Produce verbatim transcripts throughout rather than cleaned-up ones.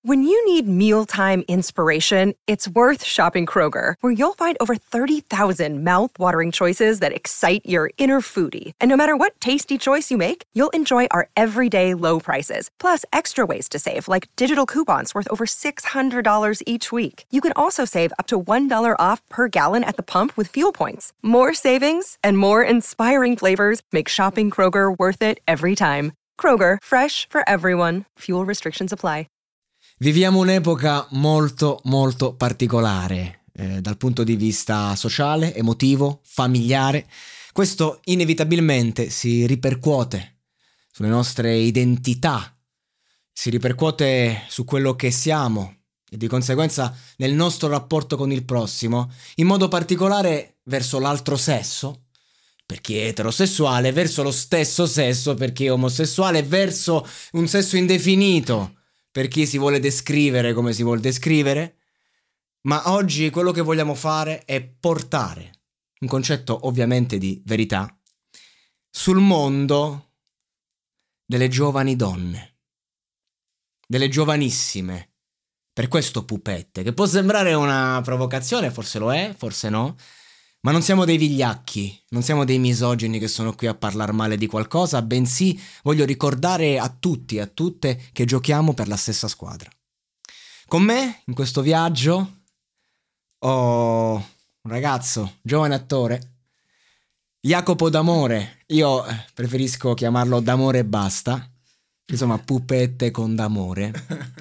When you need mealtime inspiration, it's worth shopping Kroger, where you'll find over thirty thousand mouth-watering choices that excite your inner foodie. And no matter what tasty choice you make, you'll enjoy our everyday low prices, plus extra ways to save, like digital coupons worth over six hundred dollars each week. You can also save up to one dollar off per gallon at the pump with fuel points. More savings and more inspiring flavors make shopping Kroger worth it every time. Kroger, fresh for everyone. Fuel restrictions apply. Viviamo un'epoca molto molto particolare eh, dal punto di vista sociale, emotivo, familiare. Questo inevitabilmente si ripercuote sulle nostre identità, si ripercuote su quello che siamo e di conseguenza nel nostro rapporto con il prossimo, in modo particolare verso l'altro sesso, per chi è eterosessuale, verso lo stesso sesso per chi è omosessuale, verso un sesso indefinito per chi si vuole descrivere come si vuole descrivere. Ma oggi quello che vogliamo fare è portare un concetto ovviamente di verità sul mondo delle giovani donne, delle giovanissime, per questo pupette, che può sembrare una provocazione, forse lo è, forse no, ma non siamo dei vigliacchi, non siamo dei misogini che sono qui a parlare male di qualcosa, bensì voglio ricordare a tutti e a tutte che giochiamo per la stessa squadra. Con me, in questo viaggio, ho un ragazzo, giovane attore, Jacopo D'Amore. Io preferisco chiamarlo D'Amore e basta, insomma pupette con D'Amore.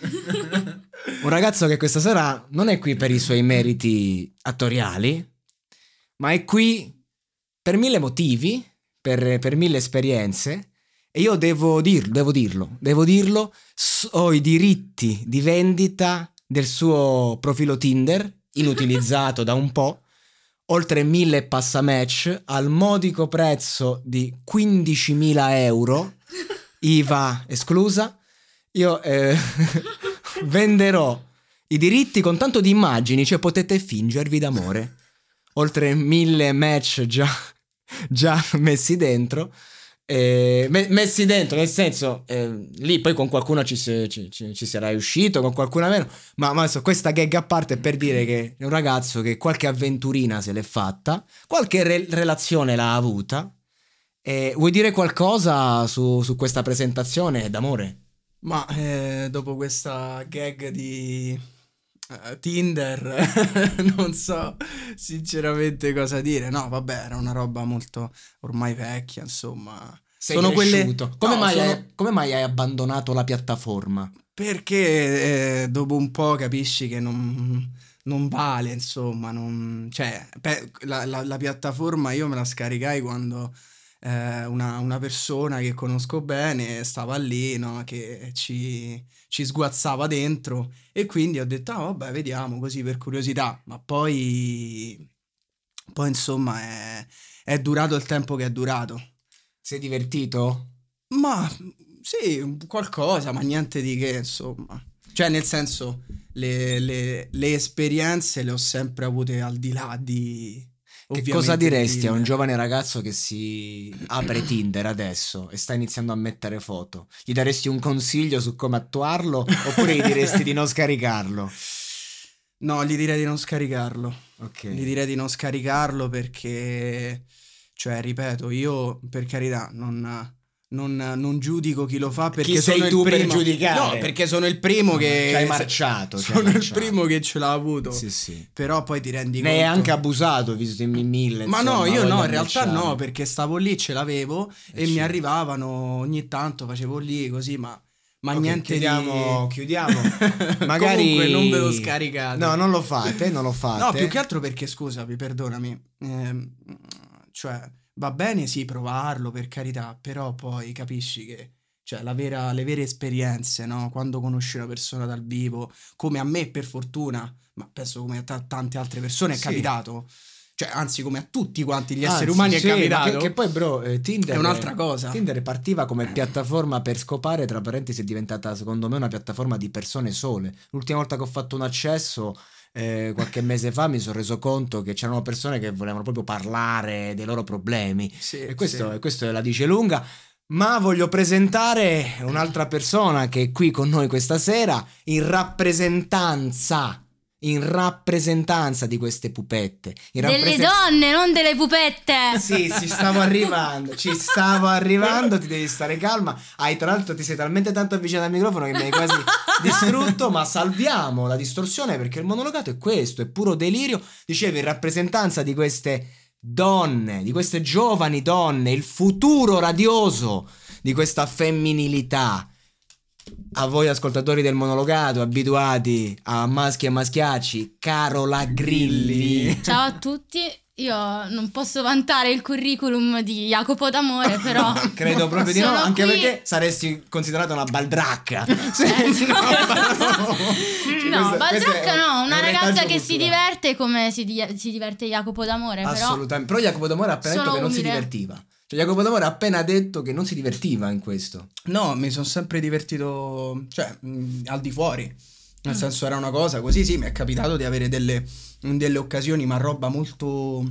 Un ragazzo che questa sera non è qui per i suoi meriti attoriali, ma è qui per mille motivi, per, per mille esperienze, e io devo dirlo, devo dirlo, devo dirlo, ho i diritti di vendita del suo profilo Tinder, inutilizzato da un po', oltre mille passamatch, al modico prezzo di quindicimila euro, I V A esclusa. Io eh, venderò i diritti con tanto di immagini, cioè potete fingervi d'amore. Oltre mille match già, già messi dentro, eh, me, messi dentro nel senso eh, lì poi con qualcuno ci, ci, ci, ci sarai uscito, con qualcuno meno, ma, ma so, questa gag a parte è per dire che è un ragazzo che qualche avventurina se l'è fatta, qualche re- relazione l'ha avuta. Eh, vuoi dire qualcosa su, su questa presentazione, D'Amore? Ma eh, dopo questa gag di Uh, Tinder non so sinceramente cosa dire. No, vabbè, era una roba molto ormai vecchia, insomma. Sei sono cresciuto. Quelle... Come, no, mai sono... hai, come mai hai abbandonato la piattaforma? Perché eh, dopo un po' capisci che non, non vale, insomma, non... cioè, pe- la, la, la piattaforma io me la scaricai quando eh, una, una persona che conosco bene stava lì, no, che ci, ci sguazzava dentro, e quindi ho detto, ah, vabbè, vediamo, così per curiosità, ma poi, poi insomma è, è durato il tempo che è durato. Sei divertito? Ma sì, qualcosa, ma niente di che, insomma. Cioè, nel senso, le, le, le esperienze le ho sempre avute al di là di... Che cosa diresti a un giovane ragazzo che si apre Tinder adesso e sta iniziando a mettere foto? Gli daresti un consiglio su come attuarlo oppure gli diresti di non scaricarlo? No, gli direi di non scaricarlo. Ok. Gli direi di non scaricarlo perché, cioè, ripeto, io per carità non... Non, non giudico chi lo fa perché chi sono sei il tu primo... per giudicare? No, perché sono il primo che... Ci hai marciato. Sono hai il marciato. primo che ce l'ha avuto. Sì, sì. Però poi ti rendi ne conto... Ne hai anche abusato, visto in mille. Ma insomma, no, io no, in realtà matchare. no, perché stavo lì, ce l'avevo e, e mi arrivavano ogni tanto, facevo lì così, ma... Ma okay, niente chiudiamo, di... chiudiamo. Magari Comunque non ve lo scaricate. No, non lo fate, non lo fate. No, più che altro perché, scusami, perdonami. Eh, cioè, va bene sì provarlo, per carità, però poi capisci che, cioè, la vera, le vere esperienze, no? Quando conosci una persona dal vivo, come a me per fortuna, ma penso come a t- tante altre persone è sì. capitato, cioè anzi come a tutti quanti gli Anzi, esseri umani sì, è capitato, che, che poi bro eh, Tinder è un'altra cosa. Tinder partiva come piattaforma per scopare, tra parentesi è diventata secondo me una piattaforma di persone sole. L'ultima volta che ho fatto un accesso eh, qualche mese fa mi sono reso conto che c'erano persone che volevano proprio parlare dei loro problemi, Sì, e questo, sì. e questo la dice lunga. Ma voglio presentare un'altra persona che è qui con noi questa sera in rappresentanza, in rappresentanza di queste pupette. In Delle rappresen- donne, non delle pupette. Sì, ci stavo arrivando, ci stavo arrivando, ti devi stare calma. Hai tra l'altro ti sei talmente tanto avvicinato al microfono che mi hai quasi distrutto, ma salviamo la distorsione perché il monologato è questo, è puro delirio. Dicevi in rappresentanza di queste donne, di queste giovani donne, il futuro radioso di questa femminilità. A voi ascoltatori del monologato, abituati a maschi e maschiacci, Carola Grilli. Ciao a tutti. Io non posso vantare il curriculum di Jacopo d'Amore, però credo proprio di no, sono anche qui... perché saresti considerata una baldracca. Certo. no, no, baldracca no, una ragazza che culturale. si diverte come si, di- si diverte Jacopo d'Amore. Assolutamente. Però Jacopo d'Amore ha appena detto Solo che non si umile. divertiva. Cioè Jacopo d'Amore ha appena detto che non si divertiva in questo. No, mi sono sempre divertito, cioè, mh, al di fuori. Nel Mm. senso era una cosa così, sì, mi è capitato di avere delle, delle occasioni, ma roba molto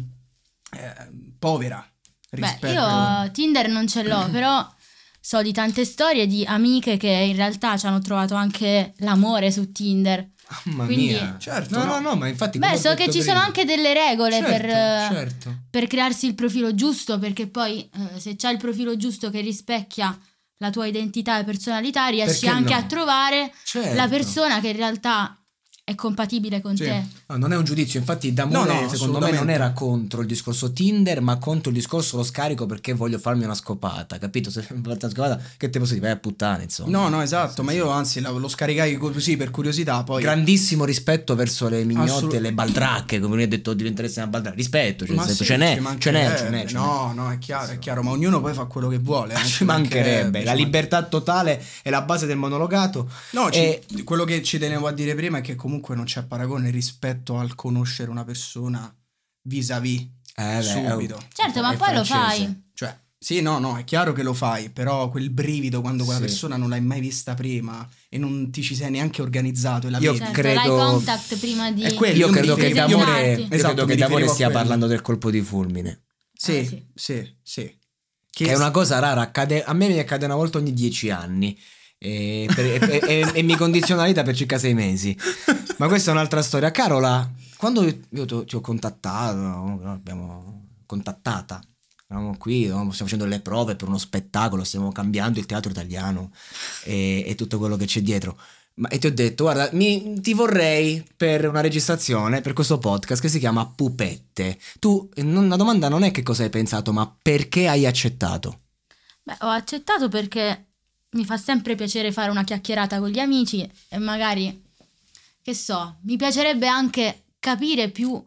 eh, povera rispetto... Beh, io Tinder non ce l'ho, però so di tante storie di amiche che in realtà ci hanno trovato anche l'amore su Tinder. Mamma Quindi- mia. Certo, No, no. no, no, ma infatti Beh, come ho so che detto ci sono prima. anche delle regole Certo, per, eh, certo. per crearsi il profilo giusto, perché poi eh, se c'hai il profilo giusto che rispecchia la tua identità e personalità, riesci Perché anche no? a trovare Certo. la persona che in realtà è compatibile con Sì. te. No, non è un giudizio, infatti D'Amore No, no, secondo me non assolutamente. era contro il discorso Tinder, ma contro il discorso lo scarico perché voglio farmi una scopata, capito? Se mi faccio una scopata, che te posso dire? Vai a puttane, insomma. No, no, esatto, ma io anzi la- lo scaricai così per curiosità, poi... Grandissimo rispetto verso le mignotte Assolut- e le baldracche, come lui ha detto diventeresti una baldracca. Rispetto, cioè, Ma nel senso, sì, ce n'è, ci ce n'è, mancherebbe. ce n'è, ce n'è. No, no, è chiaro, è chiaro, ma ognuno poi fa quello che vuole. eh, Ci mancherebbe, la ci libertà totale è la base del monologato. No, ci- E- quello che ci tenevo a dire prima è che comunque non c'è paragone rispetto al conoscere una persona vis-à-vis Eh, beh, subito. oh, Certo, ma è poi lo francese. fai. Cioè, sì, no, no, è chiaro che lo fai, però quel brivido quando quella Sì. persona non l'hai mai vista prima e non ti ci sei neanche organizzato e la Io vedi. Certo, credo- l'eye contact prima di... È quello. Io mi credo che riferivo- D'Amore, io Esatto, credo che mi D'Amore riferivo a stia quello. parlando del colpo di fulmine. Sì, Eh, sì, sì. sì, Che è una cosa rara, accade, a me mi accade una volta ogni dieci anni e, per- e- e- e mi condiziona la vita per circa sei mesi. Ma questa è un'altra storia. Carola, quando io, io ti ho- ti ho contattato, no, abbiamo contattata, eravamo qui, no, stiamo facendo le prove per uno spettacolo, stiamo cambiando il teatro italiano e, e tutto quello che c'è dietro. Ma, e ti ho detto, guarda, mi, ti vorrei per una registrazione, per questo podcast che si chiama Pupette. Tu, non- la domanda non è che cosa hai pensato, ma perché hai accettato? Beh, ho accettato perché mi fa sempre piacere fare una chiacchierata con gli amici e magari, che so, mi piacerebbe anche capire più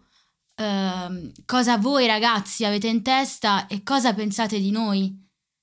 ehm, cosa voi ragazzi avete in testa e cosa pensate di noi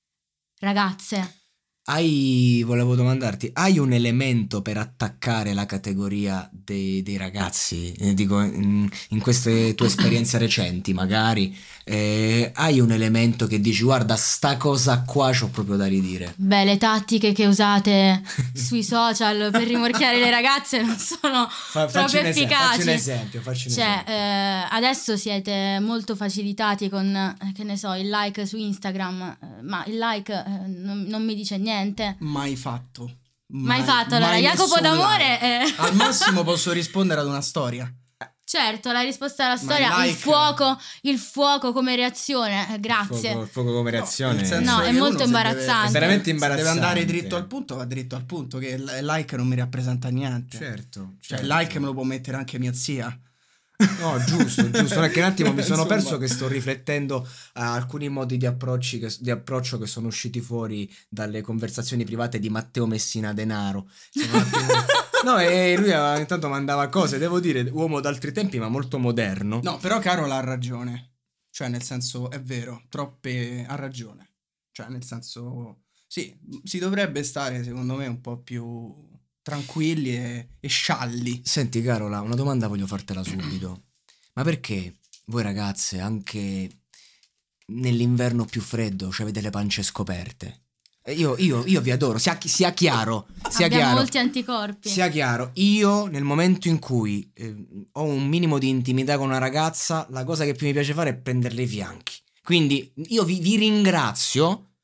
ragazze. Hai, volevo domandarti, hai un elemento per attaccare la categoria dei, dei ragazzi? Eh, dico, in, in queste tue esperienze recenti, magari, eh, hai un elemento che dici, guarda, sta cosa qua c'ho proprio da ridire. Beh, le tattiche che usate sui social per rimorchiare le ragazze non sono Fa- facci proprio un esempio, efficaci. facci un esempio, facci un Cioè, esempio. eh, adesso siete molto facilitati con, eh, che ne so, il like su Instagram, eh, ma il like eh, non, non mi dice niente. Mai fatto. Mai fatto, allora, mai Jacopo messo un d'Amore, like. eh. Al massimo posso rispondere ad una storia. Certo, la risposta alla Ma storia, il il like- fuoco, il fuoco come reazione, eh, grazie. Fuoco, fuoco come reazione. nel senso No, che è uno molto se imbarazzante. È veramente se imbarazzante. deve andare dritto al punto, va dritto al punto, che il il like non mi rappresenta niente. Certo, Cioè, certo. il like me lo può mettere anche mia zia. No, giusto, giusto. Non è che un attimo mi sono Insomma. perso che sto riflettendo a alcuni modi di, approcci che, di approccio che sono usciti fuori dalle conversazioni private di Matteo Messina Denaro. Sono un attimo- No, e lui aveva- intanto mandava cose, devo dire, uomo d'altri tempi, ma molto moderno. No, però Carola ha ragione. Cioè, nel senso, è vero, troppe ha ragione. Cioè, nel senso, sì, si dovrebbe stare, secondo me, un po' più tranquilli e, e scialli. Senti, Carola, una domanda voglio fartela subito. Ma perché voi ragazze, anche nell'inverno più freddo, cioè avete le pance scoperte? E Io, io, io vi adoro, sia, chi- sia chiaro, sia Abbiamo chiaro. molti anticorpi. Sia chiaro, io nel momento in cui eh, ho un minimo di intimità con una ragazza, la cosa che più mi piace fare è prenderle i fianchi. Quindi io vi, vi ringrazio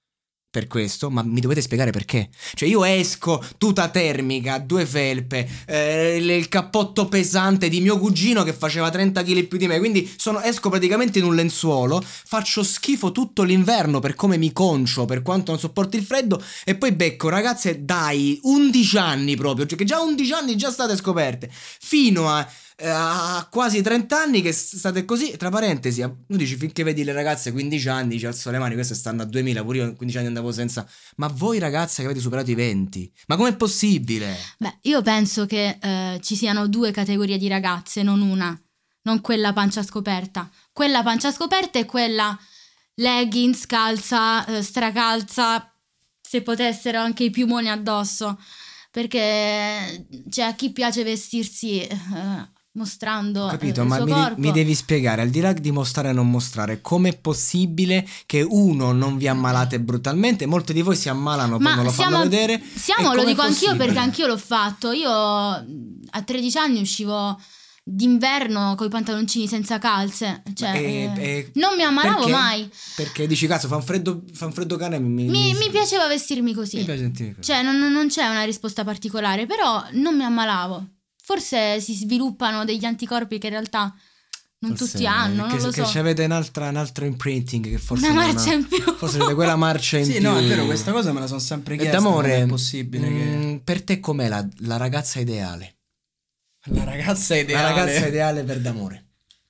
per questo, ma mi dovete spiegare perché. Cioè io esco tuta termica, due felpe, eh, il, il cappotto pesante di mio cugino che faceva trenta chili più di me, quindi sono, esco praticamente in un lenzuolo, faccio schifo tutto l'inverno per come mi concio, per quanto non sopporti il freddo, e poi becco ragazze dai undici anni proprio, cioè che già undici anni già state scoperte, fino a a quasi trenta anni che state così. Tra parentesi, tu dici finché vedi le ragazze quindici anni, ci alzo le mani, queste stanno a duemila, pure io quindici anni andavo senza. Ma voi ragazze che avete superato i venti, ma com'è possibile? Beh, io penso che eh, ci siano due categorie di ragazze, non una, non quella pancia scoperta. Quella pancia scoperta è quella leggings, calza, eh, stracalza, se potessero anche i piumoni addosso, perché c'è a chi piace vestirsi eh, mostrando Ho capito, eh, il ma suo mi, corpo. mi devi spiegare, al di là di mostrare e non mostrare, com'è possibile che uno non vi ammalate brutalmente, molti di voi si ammalano, poi Ma non lo siamo, fanno vedere. siamo e lo com'è dico anch'io possibile? perché anch'io l'ho fatto. Io a tredici anni uscivo d'inverno con i pantaloncini senza calze, cioè E- eh, e- non mi ammalavo perché? mai. Perché dici cazzo, fa un freddo, fa un freddo cane, mi, Mi, mi piaceva vestirmi così. mi piace sentirmi così. Cioè non, non c'è una risposta particolare, però non mi ammalavo. Forse si sviluppano degli anticorpi che in realtà non Forse tutti hanno, non che, lo che so. avete un'altra, un altro imprinting che forse Una non marcia ha- in più. forse avete quella marcia in Sì, più. no, è vero, questa cosa me la sono sempre E chiesta. d'amore, com'è possibile che mm, per te com'è la, la ragazza ideale? la ragazza ideale. La ragazza ideale per d'amore.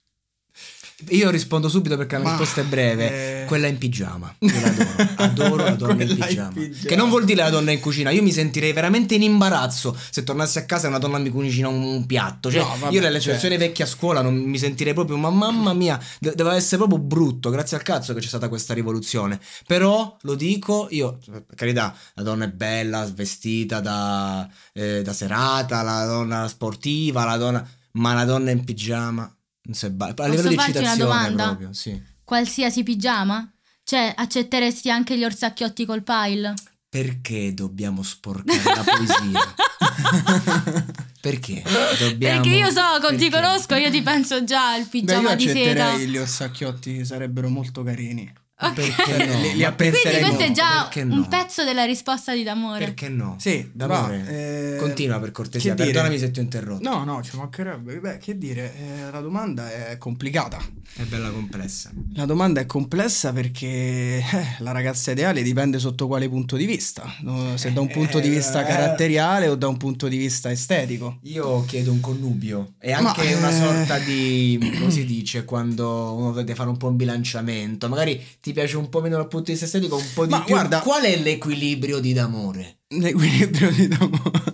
Io rispondo subito perché la Ma, risposta è breve. eh, Quella in pigiama. Io l'adoro. Adoro la donna in Quella in pigiama. pigiama. Che non vuol dire la donna in cucina. Io mi sentirei veramente in imbarazzo se tornassi a casa e una donna mi cucina un, un piatto. Cioè, No, vabbè, io nelle cioè- situazioni vecchie a scuola non mi sentirei proprio. Ma mamma mia, de- deve essere proprio brutto. Grazie al cazzo che c'è stata questa rivoluzione. Però lo dico io, per carità, la donna è bella, vestita da, eh, da serata, la donna sportiva, la donna. Ma la donna in pigiama. Non so, ba- a Posso livello di farti una eccitazione domanda? proprio, sì. Qualsiasi pigiama? Cioè, accetteresti anche gli orsacchiotti col pile? Perché dobbiamo sporcare la poesia? Perché? Dobbiamo... Perché io so, con ti Perché? conosco, io ti penso già al Beh, io pigiama di seta. accetterei gli orsacchiotti, sarebbero molto carini. Ok. Perché no? Li- li Ma apprezzerei Quindi questo è molto. già Perché un no? pezzo della risposta di d'amore. Perché no? Sì, d'amore. va, eh, Continua per cortesia, che dire? perdonami se ti ho interrotto. No, no, ci mancherebbe. Beh, che dire, eh, la domanda è complicata. È bella complessa. La domanda è complessa perché eh, la ragazza ideale dipende sotto quale punto di vista. No, se da un punto di vista Eh, caratteriale o da un punto di vista estetico. Io chiedo un connubio e anche Ma, una eh, sorta di, come si dice, quando uno deve fare un po' un bilanciamento, magari ti piace un po' meno dal punto di vista estetico, un po' di Ma più. guarda- Qual è l'equilibrio di d'amore? L'equilibrio di d'amore.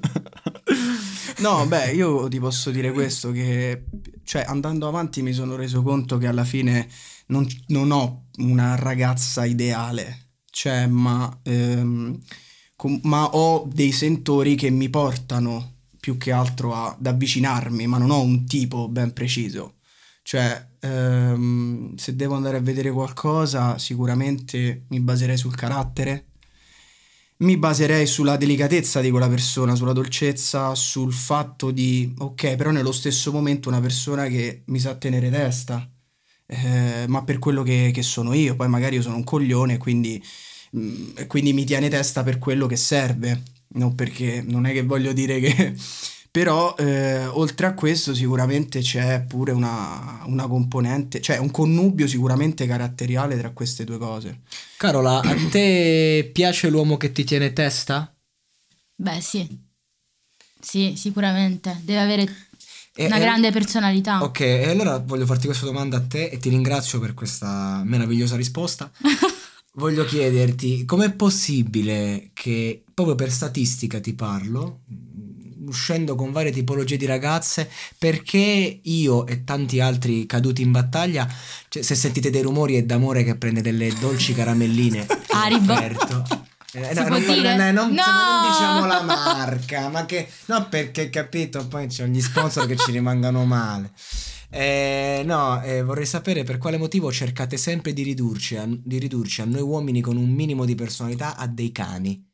No, beh, io ti posso dire questo, che cioè andando avanti mi sono reso conto che alla fine non, non ho una ragazza ideale, cioè ma, ehm, com- ma ho dei sentori che mi portano più che altro a- ad avvicinarmi, ma non ho un tipo ben preciso. Cioè, ehm, se devo andare a vedere qualcosa, sicuramente mi baserei sul carattere. Mi baserei sulla delicatezza di quella persona, sulla dolcezza, sul fatto di, ok, però nello stesso momento una persona che mi sa tenere testa, eh, ma per quello che, che sono io, poi magari io sono un coglione, quindi, mm, e quindi mi tiene testa per quello che serve, non perché, non è che voglio dire che... Però eh, oltre a questo sicuramente c'è pure una, una componente, cioè un connubio sicuramente caratteriale tra queste due cose. Carola, a te piace l'uomo che ti tiene testa? Beh, sì. Sì, sicuramente. Deve avere E- una e- grande personalità. Ok, e allora voglio farti questa domanda a te e ti ringrazio per questa meravigliosa risposta. Voglio chiederti, com'è possibile che, proprio per statistica ti parlo, uscendo con varie tipologie di ragazze, perché io e tanti altri caduti in battaglia, cioè, se sentite dei rumori è d'amore che prende delle dolci caramelline che ho Haribo. offerto. Eh, Si no, può non, dire? non- non- No! non diciamo la marca, ma che no, perché capito, poi c'è gli sponsor che ci rimangano male. Eh, no, eh, vorrei sapere per quale motivo cercate sempre di ridurci a, di ridurci a noi uomini con un minimo di personalità a dei cani.